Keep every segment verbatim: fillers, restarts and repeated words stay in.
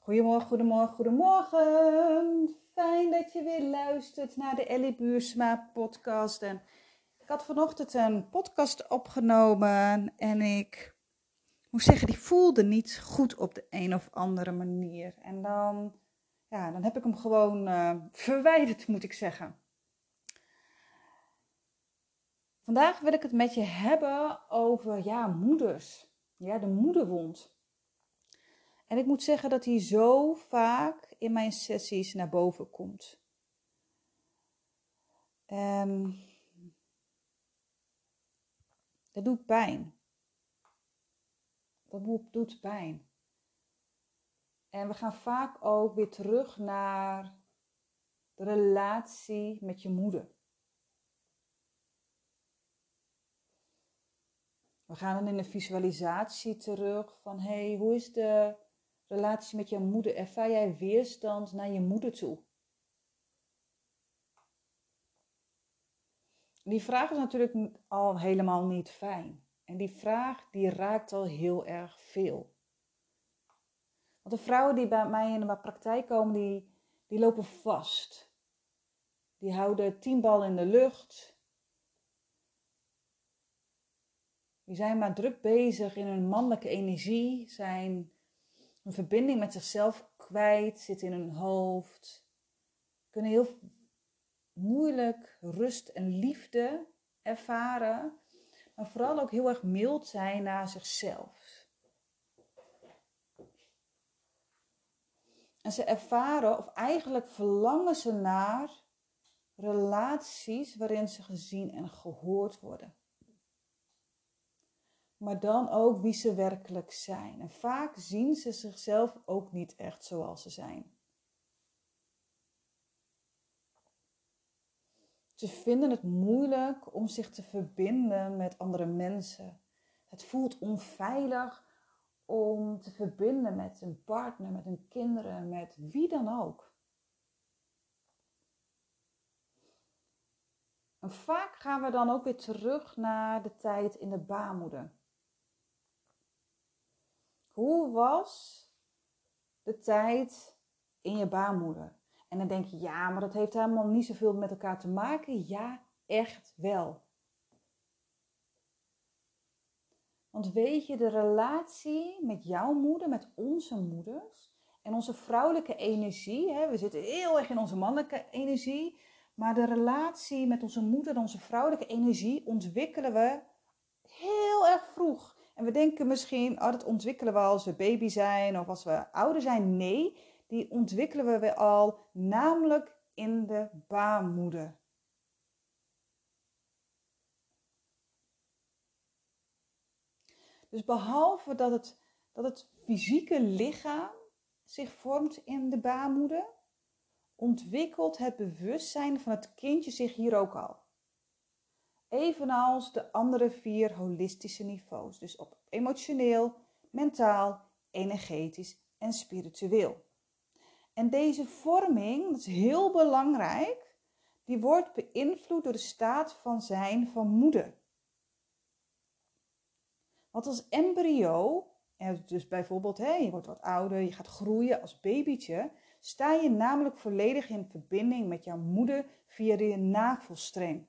Goedemorgen, goedemorgen, goedemorgen. Fijn dat je weer luistert naar de Ellie Buursma podcast. En ik had vanochtend een podcast opgenomen en ik moet zeggen, die voelde niet goed op de een of andere manier. En dan, ja, dan heb ik hem gewoon uh, verwijderd, moet ik zeggen. Vandaag wil ik het met je hebben over, ja, moeders. Ja, de moederwond. En ik moet zeggen dat die zo vaak in mijn sessies naar boven komt. En dat doet pijn. Dat doet pijn. En we gaan vaak ook weer terug naar de relatie met je moeder. We gaan dan in de visualisatie terug van, hé, hey, hoe is de relatie met je moeder? Ervaar jij weerstand naar je moeder toe? Die vraag is natuurlijk al helemaal niet fijn. En die vraag die raakt al heel erg veel. Want de vrouwen die bij mij in de praktijk komen, die, die lopen vast. Die houden tien bal in de lucht. Die zijn maar druk bezig in hun mannelijke energie. Zijn hun verbinding met zichzelf kwijt, zit in hun hoofd. Kunnen heel moeilijk rust en liefde ervaren. Maar vooral ook heel erg mild zijn naar zichzelf. En ze ervaren, of eigenlijk verlangen ze naar relaties waarin ze gezien en gehoord worden. Maar dan ook wie ze werkelijk zijn. En vaak zien ze zichzelf ook niet echt zoals ze zijn. Ze vinden het moeilijk om zich te verbinden met andere mensen. Het voelt onveilig om te verbinden met een partner, met hun kinderen, met wie dan ook. En vaak gaan we dan ook weer terug naar de tijd in de baarmoeder. Hoe was de tijd in je baarmoeder? En dan denk je, ja, maar dat heeft helemaal niet zoveel met elkaar te maken. Ja, echt wel. Want weet je, de relatie met jouw moeder, met onze moeders en onze vrouwelijke energie, hè, we zitten heel erg in onze mannelijke energie, maar de relatie met onze moeder en onze vrouwelijke energie ontwikkelen we heel erg vroeg. En we denken misschien, oh, dat ontwikkelen we als we baby zijn of als we ouder zijn. Nee, die ontwikkelen we weer al, namelijk in de baarmoeder. Dus behalve dat het, dat het fysieke lichaam zich vormt in de baarmoeder, ontwikkelt het bewustzijn van het kindje zich hier ook al. Evenals de andere vier holistische niveaus. Dus op emotioneel, mentaal, energetisch en spiritueel. En deze vorming, dat is heel belangrijk, die wordt beïnvloed door de staat van zijn van moeder. Want als embryo, en dus bijvoorbeeld, hè, je wordt wat ouder, je gaat groeien als babytje, sta je namelijk volledig in verbinding met jouw moeder via je navelstreng.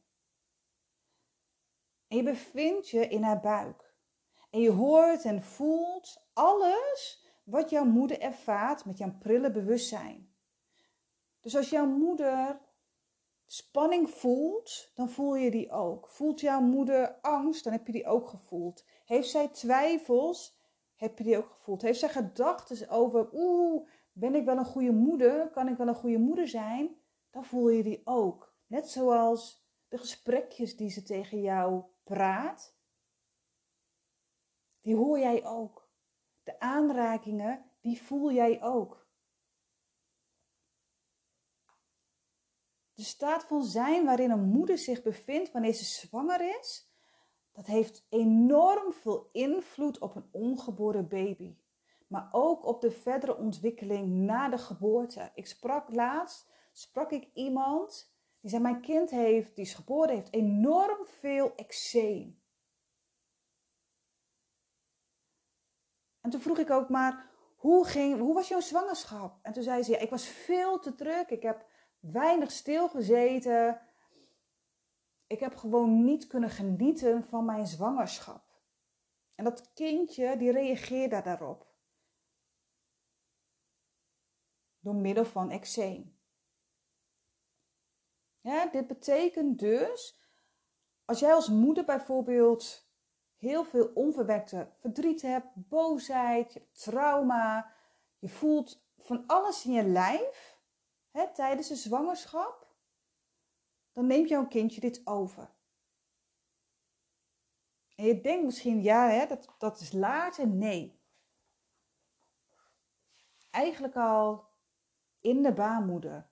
En je bevindt je in haar buik. En je hoort en voelt alles wat jouw moeder ervaart met jouw prille bewustzijn. Dus als jouw moeder spanning voelt, dan voel je die ook. Voelt jouw moeder angst, dan heb je die ook gevoeld. Heeft zij twijfels, heb je die ook gevoeld. Heeft zij gedachten over, oeh, ben ik wel een goede moeder? Kan ik wel een goede moeder zijn? Dan voel je die ook. Net zoals de gesprekjes die ze tegen jou praat, die hoor jij ook. De aanrakingen, die voel jij ook. De staat van zijn waarin een moeder zich bevindt wanneer ze zwanger is, dat heeft enorm veel invloed op een ongeboren baby. Maar ook op de verdere ontwikkeling na de geboorte. Ik sprak laatst, sprak ik iemand die zei, mijn kind heeft, die is geboren, heeft enorm veel eczeem. En toen vroeg ik ook maar, hoe, ging, hoe was jouw zwangerschap? En toen zei ze, ja, ik was veel te druk. Ik heb weinig stilgezeten. Ik heb gewoon niet kunnen genieten van mijn zwangerschap. En dat kindje, die reageerde daarop. Door middel van eczeem. Ja, dit betekent dus, als jij als moeder bijvoorbeeld heel veel onverwerkte verdriet hebt, boosheid, je hebt trauma, je voelt van alles in je lijf hè, tijdens de zwangerschap, dan neemt jouw kindje dit over. En je denkt misschien, ja, hè, dat, dat is later. Nee. Eigenlijk al in de baarmoeder.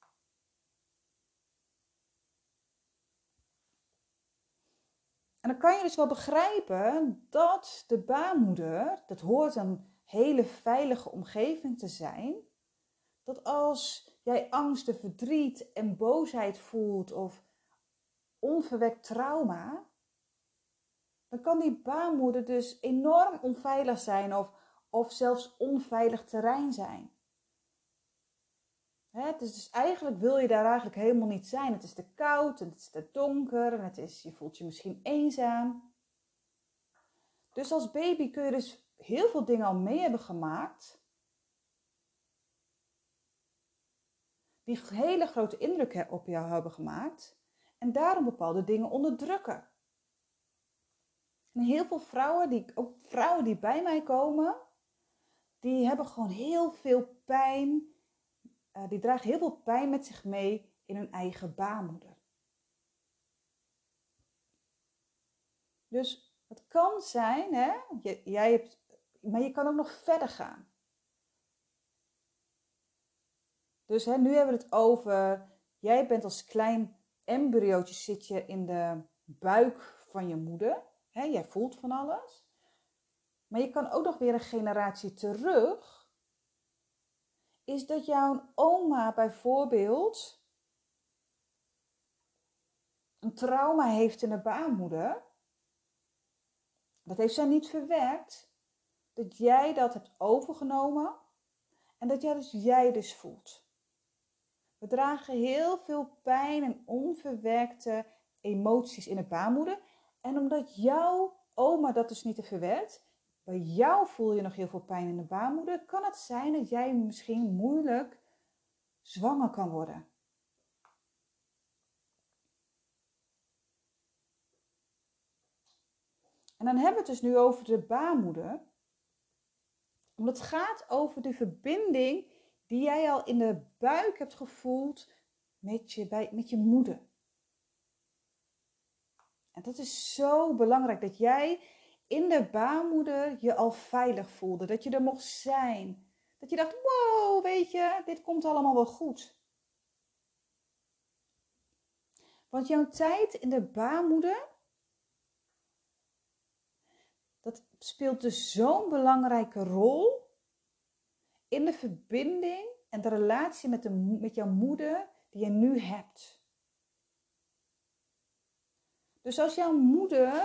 En dan kan je dus wel begrijpen dat de baarmoeder, dat hoort een hele veilige omgeving te zijn, dat als jij angst, verdriet en boosheid voelt of onverwekt trauma, dan kan die baarmoeder dus enorm onveilig zijn of, of zelfs onveilig terrein zijn. Hè, het is dus eigenlijk wil je daar eigenlijk helemaal niet zijn. Het is te koud en het is te donker en het is, je voelt je misschien eenzaam. Dus als baby kun je dus heel veel dingen al mee hebben gemaakt die hele grote indruk op jou hebben gemaakt en daarom bepaalde dingen onderdrukken. En heel veel vrouwen, die, ook vrouwen die bij mij komen, die hebben gewoon heel veel pijn. Uh, die dragen heel veel pijn met zich mee in hun eigen baarmoeder. Dus het kan zijn, hè, je, jij hebt, maar je kan ook nog verder gaan. Dus hè, nu hebben we het over, jij bent als klein embryootje zit je in de buik van je moeder. Hè, jij voelt van alles. Maar je kan ook nog weer een generatie terug. Is dat jouw oma bijvoorbeeld een trauma heeft in de baarmoeder. Dat heeft zij niet verwerkt. Dat jij dat hebt overgenomen. En dat jij dus, jij dus voelt. We dragen heel veel pijn en onverwerkte emoties in de baarmoeder. En omdat jouw oma dat dus niet heeft verwerkt, bij jou voel je nog heel veel pijn in de baarmoeder, kan het zijn dat jij misschien moeilijk zwanger kan worden. En dan hebben we het dus nu over de baarmoeder. Omdat het gaat over de verbinding die jij al in de buik hebt gevoeld met je, bij, met je moeder. En dat is zo belangrijk, dat jij in de baarmoeder je al veilig voelde. Dat je er mocht zijn. Dat je dacht, wow, weet je, dit komt allemaal wel goed. Want jouw tijd in de baarmoeder, dat speelt dus zo'n belangrijke rol in de verbinding en de relatie met, de, met jouw moeder die je nu hebt. Dus als jouw moeder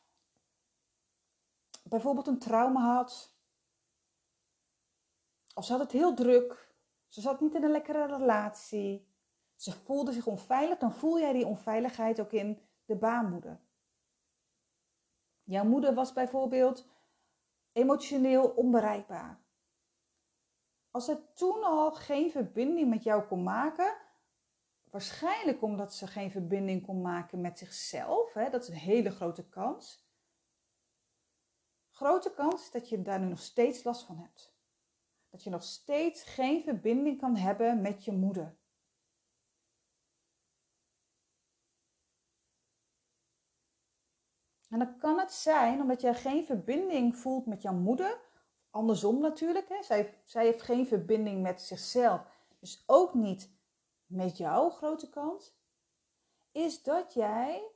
bijvoorbeeld een trauma had, of ze had het heel druk, ze zat niet in een lekkere relatie, ze voelde zich onveilig, dan voel jij die onveiligheid ook in de baarmoeder. Jouw moeder was bijvoorbeeld emotioneel onbereikbaar. Als ze toen al geen verbinding met jou kon maken, waarschijnlijk omdat ze geen verbinding kon maken met zichzelf, hè, dat is een hele grote kans. Grote kans dat je daar nu nog steeds last van hebt. Dat je nog steeds geen verbinding kan hebben met je moeder. En dan kan het zijn omdat jij geen verbinding voelt met jouw moeder. Andersom natuurlijk. Hè. Zij, zij heeft geen verbinding met zichzelf. Dus ook niet met jou, grote kans. Is dat jij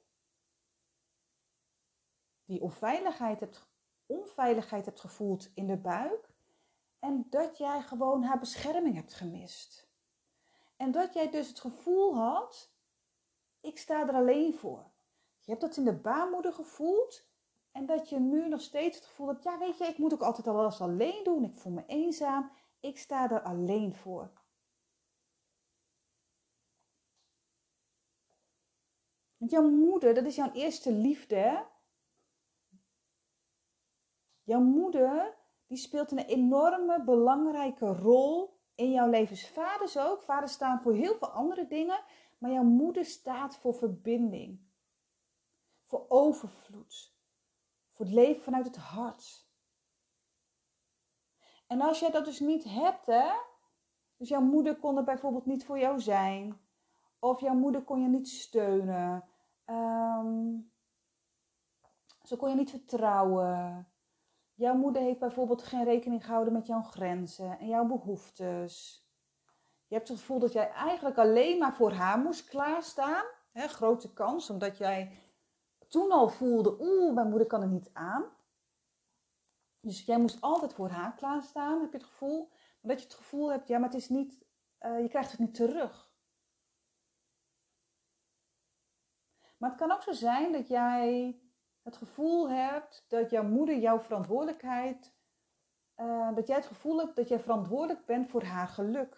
die onveiligheid hebt, onveiligheid hebt gevoeld in de buik. En dat jij gewoon haar bescherming hebt gemist. En dat jij dus het gevoel had, ik sta er alleen voor. Je hebt dat in de baarmoeder gevoeld En dat je nu nog steeds het gevoel hebt, ja weet je, ik moet ook altijd alles alleen doen. Ik voel me eenzaam. Ik sta er alleen voor. Want jouw moeder, dat is jouw eerste liefde. Hè? Jouw moeder, die speelt een enorme belangrijke rol in jouw leven. Dus vaders ook. Vaders staan voor heel veel andere dingen. Maar jouw moeder staat voor verbinding. Voor overvloed. Voor het leven vanuit het hart. En als jij dat dus niet hebt, hè. Dus jouw moeder kon er bijvoorbeeld niet voor jou zijn. Of jouw moeder kon je niet steunen. Um, zo kon je niet vertrouwen. Jouw moeder heeft bijvoorbeeld geen rekening gehouden met jouw grenzen en jouw behoeftes. Je hebt het gevoel dat jij eigenlijk alleen maar voor haar moest klaarstaan. Hè, grote kans, omdat jij toen al voelde, oeh, mijn moeder kan er niet aan. Dus jij moest altijd voor haar klaarstaan, heb je het gevoel. Maar dat je het gevoel hebt, ja, maar het is niet, uh, je krijgt het niet terug. Maar het kan ook zo zijn dat jij het gevoel hebt dat jouw moeder jouw verantwoordelijkheid, uh, dat jij het gevoel hebt dat jij verantwoordelijk bent voor haar geluk.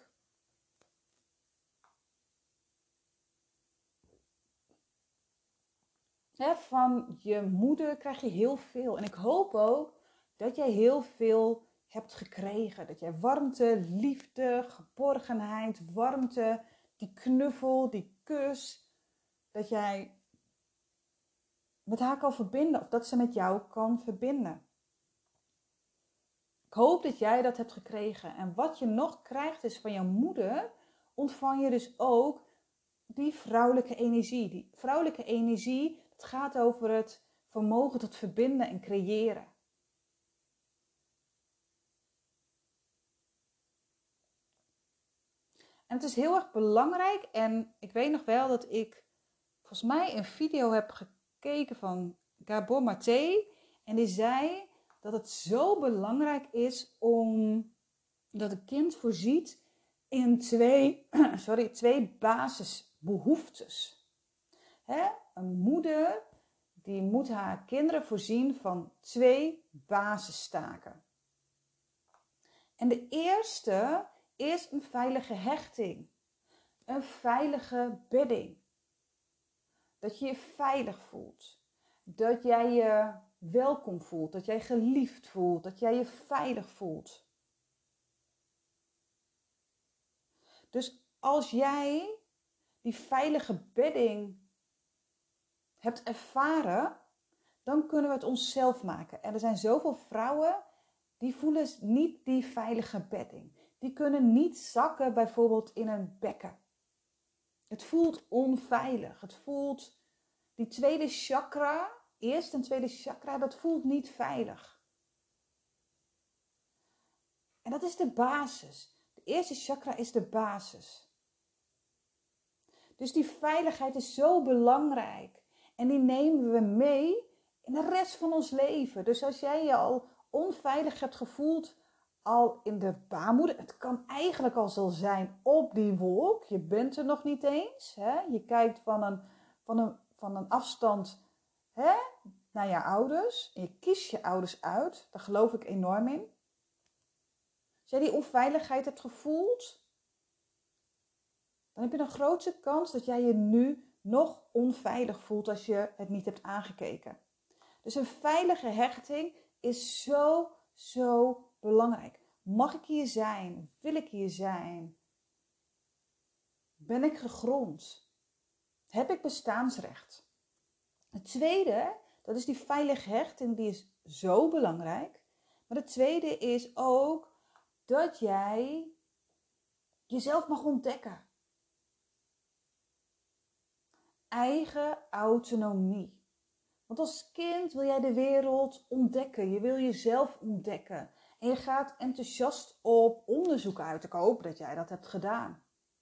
He, van je moeder krijg je heel veel. En ik hoop ook dat jij heel veel hebt gekregen. Dat jij warmte, liefde, geborgenheid, warmte, die knuffel, die kus, dat jij met haar kan verbinden of dat ze met jou kan verbinden. Ik hoop dat jij dat hebt gekregen. En wat je nog krijgt is van jouw moeder, ontvang je dus ook die vrouwelijke energie. Die vrouwelijke energie, het gaat over het vermogen tot verbinden en creëren. En het is heel erg belangrijk. En ik weet nog wel dat ik volgens mij een video heb gekeken van Gabor Maté. En die zei dat het zo belangrijk is om dat een kind voorziet in twee, sorry, twee basisbehoeftes. Hè? Een moeder die moet haar kinderen voorzien van twee basistaken. En de eerste is een veilige hechting. Een veilige bedding. Dat je je veilig voelt. Dat jij je welkom voelt. Dat jij geliefd voelt. Dat jij je veilig voelt. Dus als jij die veilige bedding hebt ervaren, dan kunnen we het onszelf maken. En er zijn zoveel vrouwen die voelen niet die veilige bedding. Die kunnen niet zakken bijvoorbeeld in een bekken. Het voelt onveilig. Het voelt, die tweede chakra, eerste en tweede chakra, dat voelt niet veilig. En dat is de basis. De eerste chakra is de basis. Dus die veiligheid is zo belangrijk. En die nemen we mee in de rest van ons leven. Dus als jij je al onveilig hebt gevoeld, al in de baarmoeder. Het kan eigenlijk al zo zijn op die wolk. Je bent er nog niet eens. Hè? Je kijkt van een, van een, van een afstand, hè, naar je ouders. En je kiest je ouders uit. Daar geloof ik enorm in. Als jij die onveiligheid hebt gevoeld, dan heb je een grootste kans dat jij je nu nog onveilig voelt als je het niet hebt aangekeken. Dus een veilige hechting is zo, zo belangrijk. Mag ik hier zijn? Wil ik hier zijn? Ben ik gegrond? Heb ik bestaansrecht? Het tweede, dat is die veilige hechting, die is zo belangrijk. Maar het tweede is ook dat jij jezelf mag ontdekken. Eigen autonomie. Want als kind wil jij de wereld ontdekken. Je wil jezelf ontdekken. En je gaat enthousiast op onderzoek uit. Ik hoop dat jij dat hebt gedaan.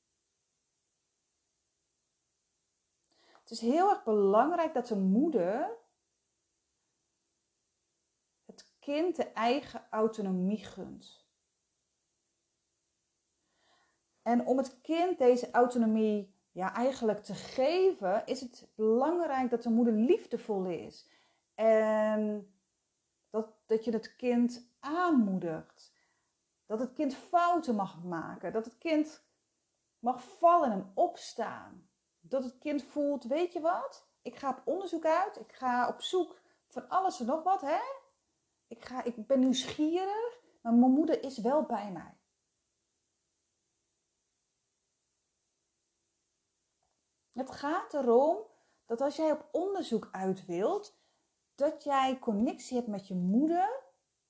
Het is heel erg belangrijk dat de moeder het kind de eigen autonomie gunt. En om het kind deze autonomie ja, eigenlijk te geven, is het belangrijk dat de moeder liefdevol is. En dat, dat je het kind aanmoedigt. Dat het kind fouten mag maken. Dat het kind mag vallen en opstaan. Dat het kind voelt, weet je wat? Ik ga op onderzoek uit. Ik ga op zoek van alles en nog wat. Hè? Ik, ga, ik ben nieuwsgierig. Maar mijn moeder is wel bij mij. Het gaat erom dat als jij op onderzoek uit wilt, dat jij connectie hebt met je moeder.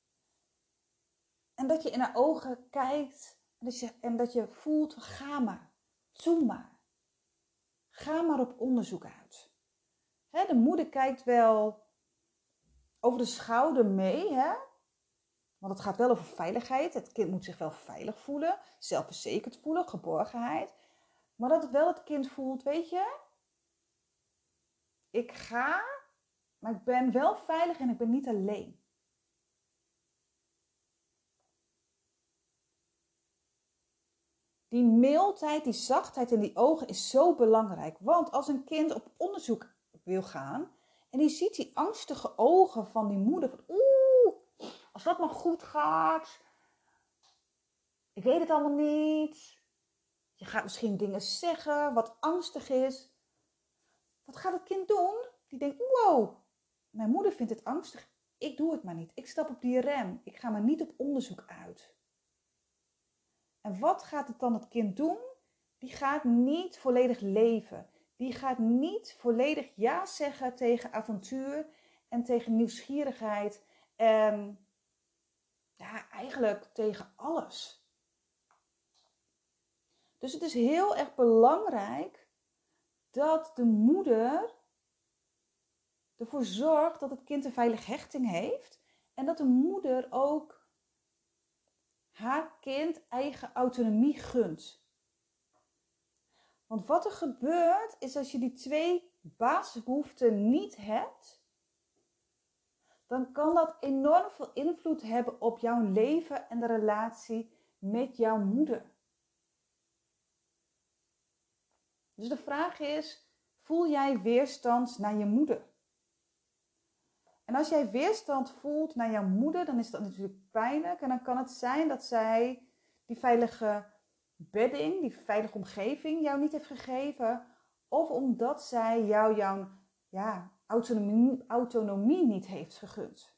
En dat je in haar ogen kijkt. En dat je, en dat je voelt, ga maar. Zoom maar. Ga maar op onderzoek uit. Hè, de moeder kijkt wel over de schouder mee. Hè? Want het gaat wel over veiligheid. Het kind moet zich wel veilig voelen. Zelfverzekerd voelen. Geborgenheid. Maar dat wel het kind voelt, weet je. Ik ga, maar ik ben wel veilig en ik ben niet alleen. Die mildheid, die zachtheid in die ogen is zo belangrijk. Want als een kind op onderzoek wil gaan en die ziet die angstige ogen van die moeder. Van, oeh, als dat maar goed gaat. Ik weet het allemaal niet. Je gaat misschien dingen zeggen wat angstig is. Wat gaat het kind doen? Die denkt, wow, mijn moeder vindt het angstig. Ik doe het maar niet. Ik stap op die rem. Ik ga maar niet op onderzoek uit. En wat gaat het dan het kind doen? Die gaat niet volledig leven. Die gaat niet volledig ja zeggen tegen avontuur en tegen nieuwsgierigheid. En ja, eigenlijk tegen alles. Dus het is heel erg belangrijk dat de moeder ervoor zorgt dat het kind een veilige hechting heeft. En dat de moeder ook haar kind eigen autonomie gunt. Want wat er gebeurt is als je die twee basisbehoeften niet hebt, dan kan dat enorm veel invloed hebben op jouw leven en de relatie met jouw moeder. Dus de vraag is, voel jij weerstand naar je moeder? En als jij weerstand voelt naar jouw moeder, dan is dat natuurlijk pijnlijk. En dan kan het zijn dat zij die veilige bedding, die veilige omgeving jou niet heeft gegeven. Of omdat zij jou jouw ja, autonomie, autonomie niet heeft gegund.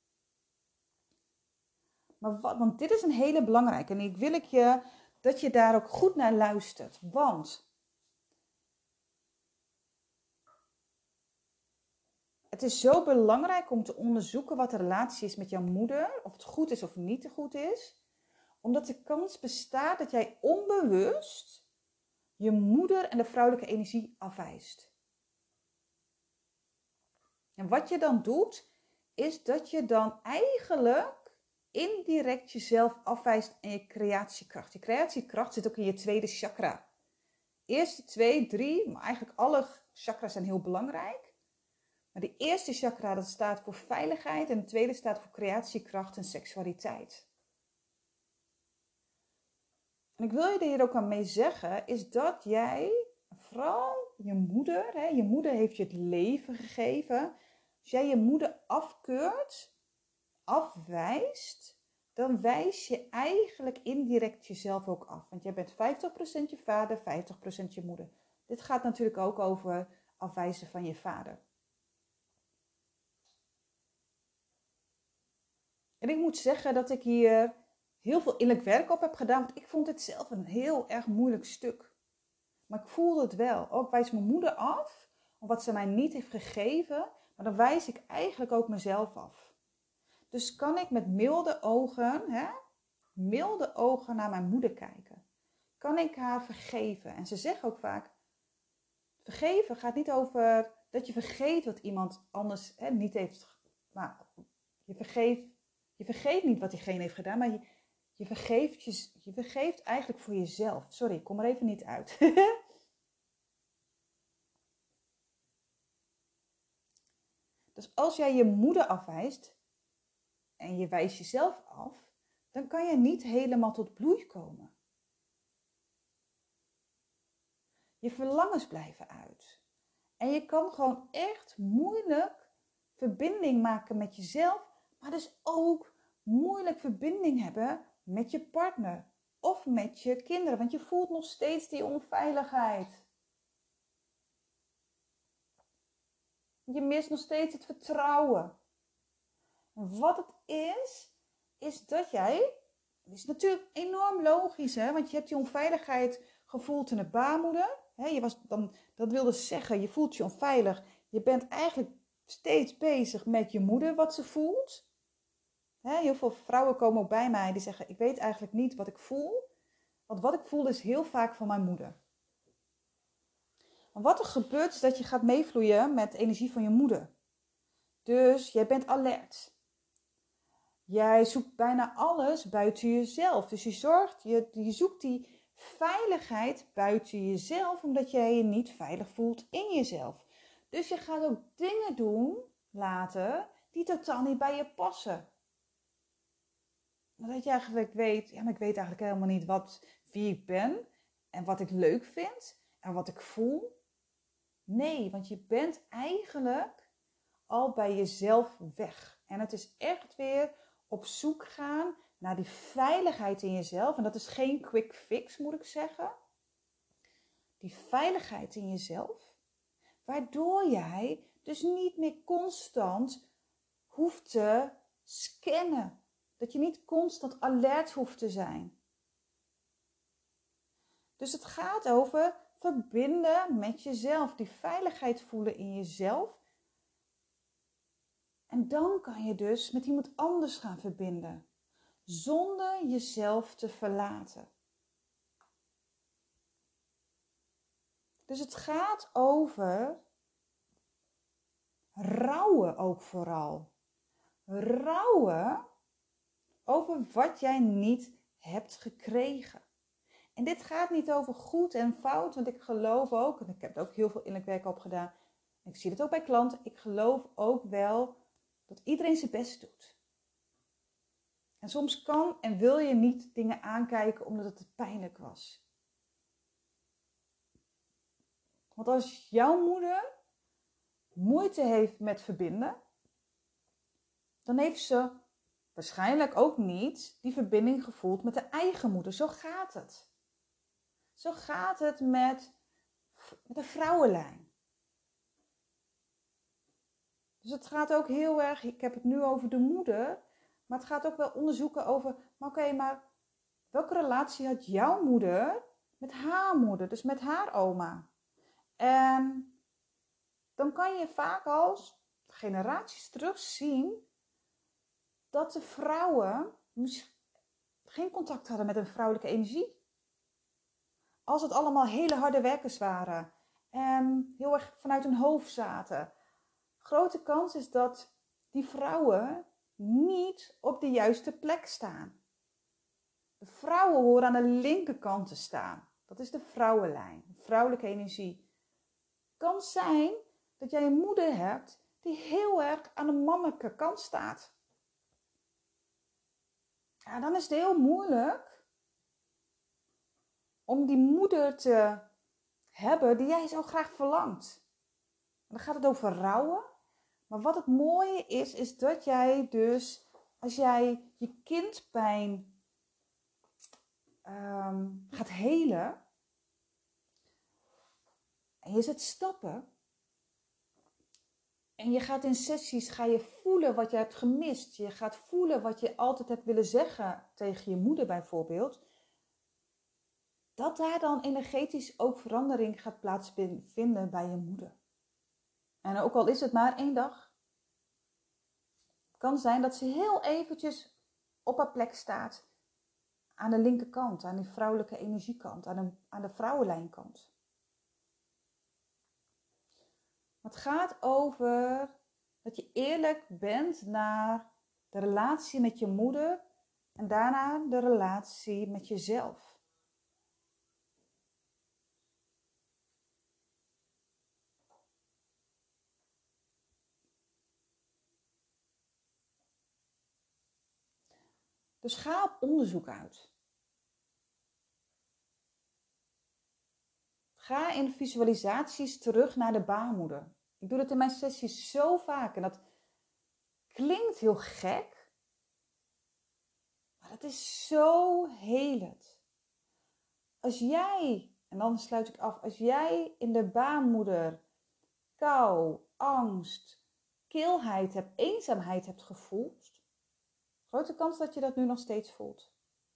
Maar wat, want dit is een hele belangrijke. En ik wil ik je dat je daar ook goed naar luistert. Want het is zo belangrijk om te onderzoeken wat de relatie is met jouw moeder. Of het goed is of niet te goed is. Omdat de kans bestaat dat jij onbewust je moeder en de vrouwelijke energie afwijst. En wat je dan doet, is dat je dan eigenlijk indirect jezelf afwijst en je creatiekracht. Je creatiekracht zit ook in je tweede chakra. Eerste twee, drie, maar eigenlijk alle chakras zijn heel belangrijk. Maar de eerste chakra dat staat voor veiligheid en de tweede staat voor creatiekracht en seksualiteit. En ik wil je er hier ook aan mee zeggen, is dat jij, vooral je moeder, hè, je moeder heeft je het leven gegeven. Als jij je moeder afkeurt, afwijst, dan wijs je eigenlijk indirect jezelf ook af. Want jij bent vijftig procent je vader, vijftig procent je moeder. Dit gaat natuurlijk ook over afwijzen van je vader. En ik moet zeggen dat ik hier heel veel innerlijk werk op heb gedaan. Want ik vond het zelf een heel erg moeilijk stuk. Maar ik voelde het wel. Ook wijs mijn moeder af. Om wat ze mij niet heeft gegeven. Maar dan wijs ik eigenlijk ook mezelf af. Dus kan ik met milde ogen, hè, milde ogen naar mijn moeder kijken. Kan ik haar vergeven. En ze zeggen ook vaak. Vergeven gaat niet over dat je vergeet wat iemand anders hè, niet heeft. Nou, je vergeeft. Je vergeet niet wat diegene heeft gedaan, maar je, je, vergeeft, je, je vergeeft eigenlijk voor jezelf. Sorry, ik kom er even niet uit. Dus als jij je moeder afwijst en je wijst jezelf af, dan kan je niet helemaal tot bloei komen. Je verlangens blijven uit. En je kan gewoon echt moeilijk verbinding maken met jezelf, maar dus ook moeilijk verbinding hebben met je partner of met je kinderen. Want je voelt nog steeds die onveiligheid. Je mist nog steeds het vertrouwen. Wat het is, is dat jij, dat is natuurlijk enorm logisch, hè? Want je hebt die onveiligheid gevoeld in de baarmoeder. Hè? Je was dan, dat wil dus zeggen, je voelt je onveilig. Je bent eigenlijk steeds bezig met je moeder, wat ze voelt. Hè? Heel veel vrouwen komen ook bij mij die zeggen, ik weet eigenlijk niet wat ik voel. Want wat ik voel is heel vaak van mijn moeder. Maar wat er gebeurt is dat je gaat meevloeien met de energie van je moeder. Dus jij bent alert. Jij zoekt bijna alles buiten jezelf. Dus je, zorgt, je, je zoekt die veiligheid buiten jezelf, omdat jij je niet veilig voelt in jezelf. Dus je gaat ook dingen doen later die totaal niet bij je passen. Dat je eigenlijk weet, ja, maar ik weet eigenlijk helemaal niet wat, wie ik ben en wat ik leuk vind en wat ik voel. Nee, want je bent eigenlijk al bij jezelf weg. En het is echt weer op zoek gaan naar die veiligheid in jezelf. En dat is geen quick fix, moet ik zeggen. Die veiligheid in jezelf. Waardoor jij dus niet meer constant hoeft te scannen. Dat je niet constant alert hoeft te zijn. Dus het gaat over verbinden met jezelf. Die veiligheid voelen in jezelf. En dan kan je dus met iemand anders gaan verbinden. Zonder jezelf te verlaten. Dus het gaat over rouwen ook vooral. Rouwen over wat jij niet hebt gekregen. En dit gaat niet over goed en fout, want ik geloof ook, en ik heb er ook heel veel innerlijk werk op gedaan. En ik zie het ook bij klanten, ik geloof ook wel dat iedereen zijn best doet. En soms kan en wil je niet dingen aankijken omdat het te pijnlijk was. Want als jouw moeder moeite heeft met verbinden, dan heeft ze waarschijnlijk ook niet die verbinding gevoeld met de eigen moeder. Zo gaat het. Zo gaat het met, met de vrouwenlijn. Dus het gaat ook heel erg, ik heb het nu over de moeder, maar het gaat ook wel onderzoeken over, maar oké, okay, maar welke relatie had jouw moeder met haar moeder, dus met haar oma? En dan kan je vaak als generaties terug zien dat de vrouwen geen contact hadden met een vrouwelijke energie. Als het allemaal hele harde werkers waren en heel erg vanuit hun hoofd zaten. Grote kans is dat die vrouwen niet op de juiste plek staan. De vrouwen horen aan de linkerkant te staan. Dat is de vrouwenlijn, de vrouwelijke energie. Het kan zijn dat jij een moeder hebt die heel erg aan de mannelijke kant staat. Ja, dan is het heel moeilijk om die moeder te hebben die jij zo graag verlangt. Dan gaat het over rouwen. Maar wat het mooie is, is dat jij dus, als jij je kindpijn um, gaat helen, en je zet stappen, en je gaat in sessies, ga je voelen wat je hebt gemist. Je gaat voelen wat je altijd hebt willen zeggen tegen je moeder bijvoorbeeld. Dat daar dan energetisch ook verandering gaat plaatsvinden bij je moeder. En ook al is het maar één dag. Het kan zijn dat ze heel eventjes op haar plek staat. Aan de linkerkant, aan die vrouwelijke energiekant, aan de, aan de vrouwenlijnkant. Het gaat over dat je eerlijk bent naar de relatie met je moeder en daarna de relatie met jezelf. Dus ga op onderzoek uit. Ga in visualisaties terug naar de baarmoeder. Ik doe dat in mijn sessies zo vaak. En dat klinkt heel gek, maar het is zo helend. Als jij, en dan sluit ik af, als jij in de baarmoeder kou, angst, kilheid hebt, eenzaamheid hebt gevoeld, grote kans dat je dat nu nog steeds voelt.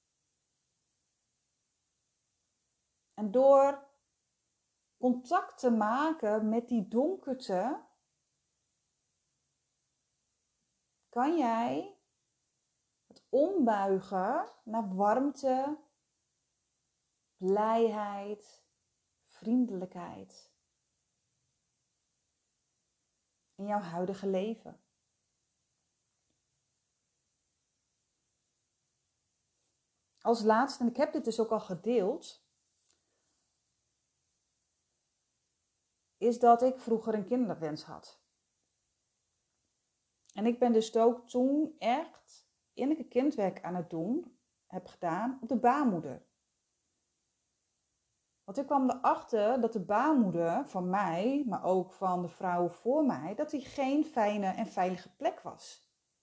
En door contact te maken met die donkerte, kan jij het ombuigen naar warmte, blijheid, vriendelijkheid in jouw huidige leven. Als laatste, en ik heb dit dus ook al gedeeld, is dat ik vroeger een kinderwens had. En ik ben dus ook toen echt innerlijke kindwerk aan het doen, heb gedaan op de baarmoeder. Want ik kwam erachter dat de baarmoeder van mij, maar ook van de vrouwen voor mij, dat die geen fijne en veilige plek was.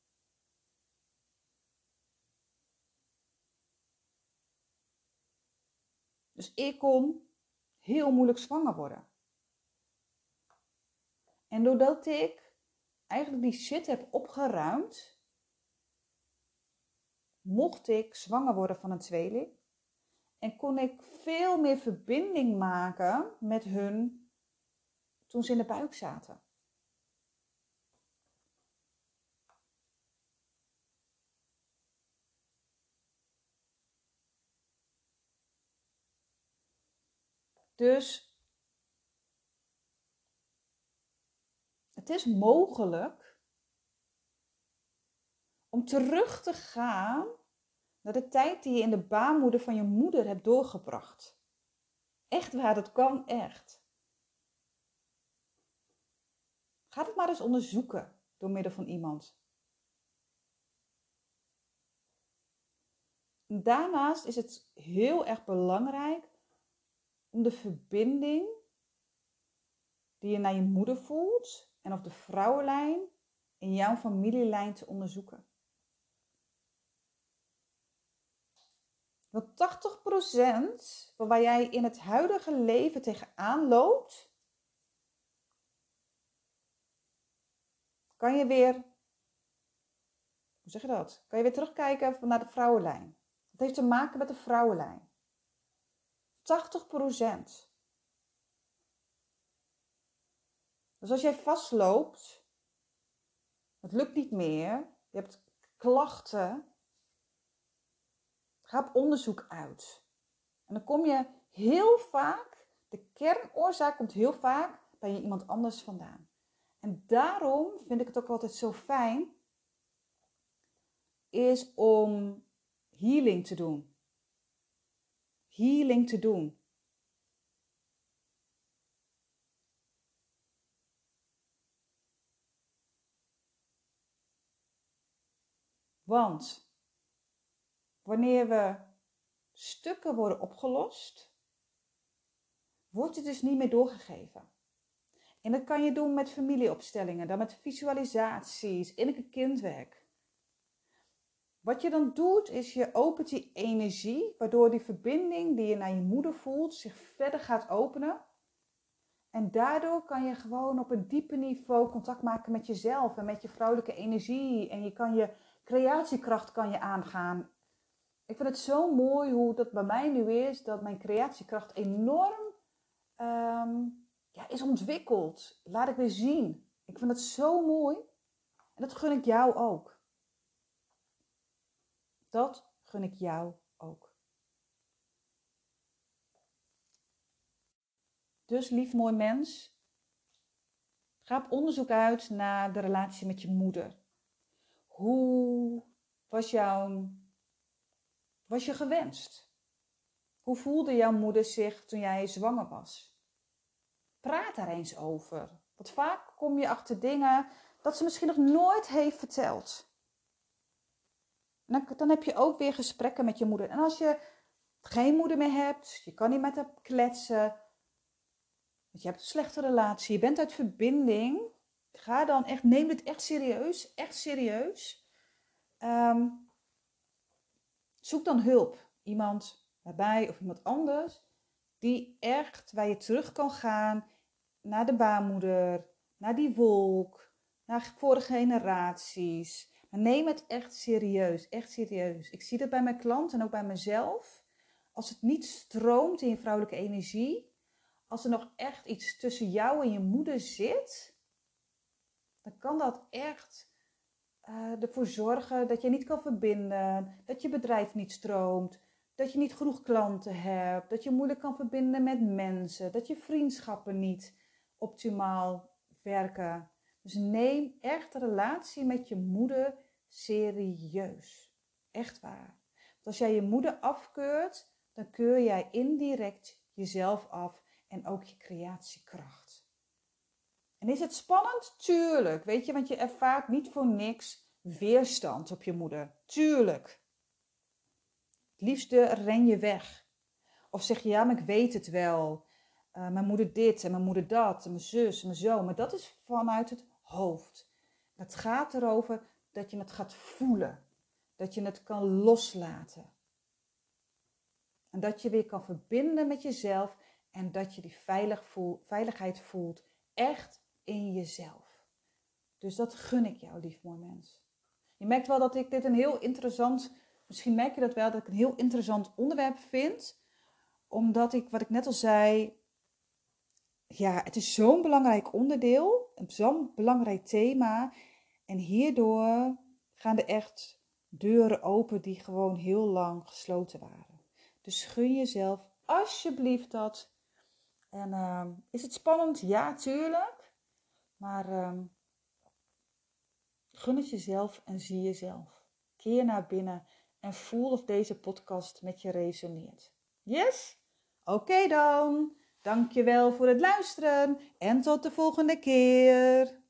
Dus ik kon heel moeilijk zwanger worden. En doordat ik eigenlijk die shit heb opgeruimd, mocht ik zwanger worden van een tweeling. En kon ik veel meer verbinding maken met hun toen ze in de buik zaten. Dus het is mogelijk om terug te gaan naar de tijd die je in de baarmoeder van je moeder hebt doorgebracht. Echt waar, dat kan echt. Ga het maar eens onderzoeken door middel van iemand. En daarnaast is het heel erg belangrijk om de verbinding die je naar je moeder voelt en of de vrouwenlijn in jouw familielijn te onderzoeken. Want tachtig procent van waar jij in het huidige leven tegenaan loopt, kan je weer, hoe zeg je dat? Kan je weer terugkijken naar de vrouwenlijn. Het heeft te maken met de vrouwenlijn. tachtig procent. Dus als jij vastloopt, het lukt niet meer, je hebt klachten, ga op onderzoek uit. En dan kom je heel vaak, de kernoorzaak komt heel vaak bij iemand anders vandaan. En daarom vind ik het ook altijd zo fijn, is om healing te doen. Healing te doen. Want wanneer we stukken worden opgelost, wordt het dus niet meer doorgegeven. En dat kan je doen met familieopstellingen, dan met visualisaties, innerlijke kindwerk. Wat je dan doet, is je opent die energie, waardoor die verbinding die je naar je moeder voelt, zich verder gaat openen. En daardoor kan je gewoon op een dieper niveau contact maken met jezelf en met je vrouwelijke energie. En je kan je creatiekracht kan je aangaan. Ik vind het zo mooi hoe dat bij mij nu is, dat mijn creatiekracht enorm um, ja, is ontwikkeld. Laat ik weer zien. Ik vind het zo mooi. En dat gun ik jou ook. Dat gun ik jou ook. Dus lief mooi mens, ga op onderzoek uit naar de relatie met je moeder. Hoe was jouw, was je gewenst? Hoe voelde jouw moeder zich toen jij zwanger was? Praat daar eens over. Want vaak kom je achter dingen dat ze misschien nog nooit heeft verteld. Dan, dan heb je ook weer gesprekken met je moeder. En als je geen moeder meer hebt, je kan niet met haar kletsen, want je hebt een slechte relatie, je bent uit verbinding, ga dan echt, neem dit echt serieus, echt serieus. Um, zoek dan hulp. Iemand erbij of iemand anders die echt, waar je terug kan gaan naar de baarmoeder, naar die wolk, naar vorige generaties. Maar neem het echt serieus, echt serieus. Ik zie dat bij mijn klant en ook bij mezelf. Als het niet stroomt in je vrouwelijke energie, als er nog echt iets tussen jou en je moeder zit, dan kan dat echt uh, ervoor zorgen dat je niet kan verbinden, dat je bedrijf niet stroomt, dat je niet genoeg klanten hebt, dat je moeilijk kan verbinden met mensen, dat je vriendschappen niet optimaal werken. Dus neem echt de relatie met je moeder serieus. Echt waar. Want als jij je moeder afkeurt, dan keur jij indirect jezelf af en ook je creatiekracht. En is het spannend? Tuurlijk. Weet je, want je ervaart niet voor niks weerstand op je moeder. Tuurlijk. Het liefste ren je weg. Of zeg je, ja, maar ik weet het wel. Uh, mijn moeder dit en mijn moeder dat. En mijn zus en mijn zo. Maar dat is vanuit het hoofd. Het gaat erover dat je het gaat voelen. Dat je het kan loslaten. En dat je weer kan verbinden met jezelf. En dat je die veilig voel, veiligheid voelt. Echt in jezelf. Dus dat gun ik jou, lief mooi mens. Je merkt wel dat ik dit een heel interessant, misschien merk je dat wel, dat ik een heel interessant onderwerp vind. Omdat ik, wat ik net al zei, ja, het is zo'n belangrijk onderdeel, zo'n belangrijk thema. En hierdoor gaan er echt deuren open die gewoon heel lang gesloten waren. Dus gun jezelf alsjeblieft dat. En uh, is het spannend? Ja, tuurlijk. Maar uh, gun het jezelf en zie jezelf. Keer naar binnen en voel of deze podcast met je resoneert. Yes? Oké okay dan. Dankjewel voor het luisteren en tot de volgende keer.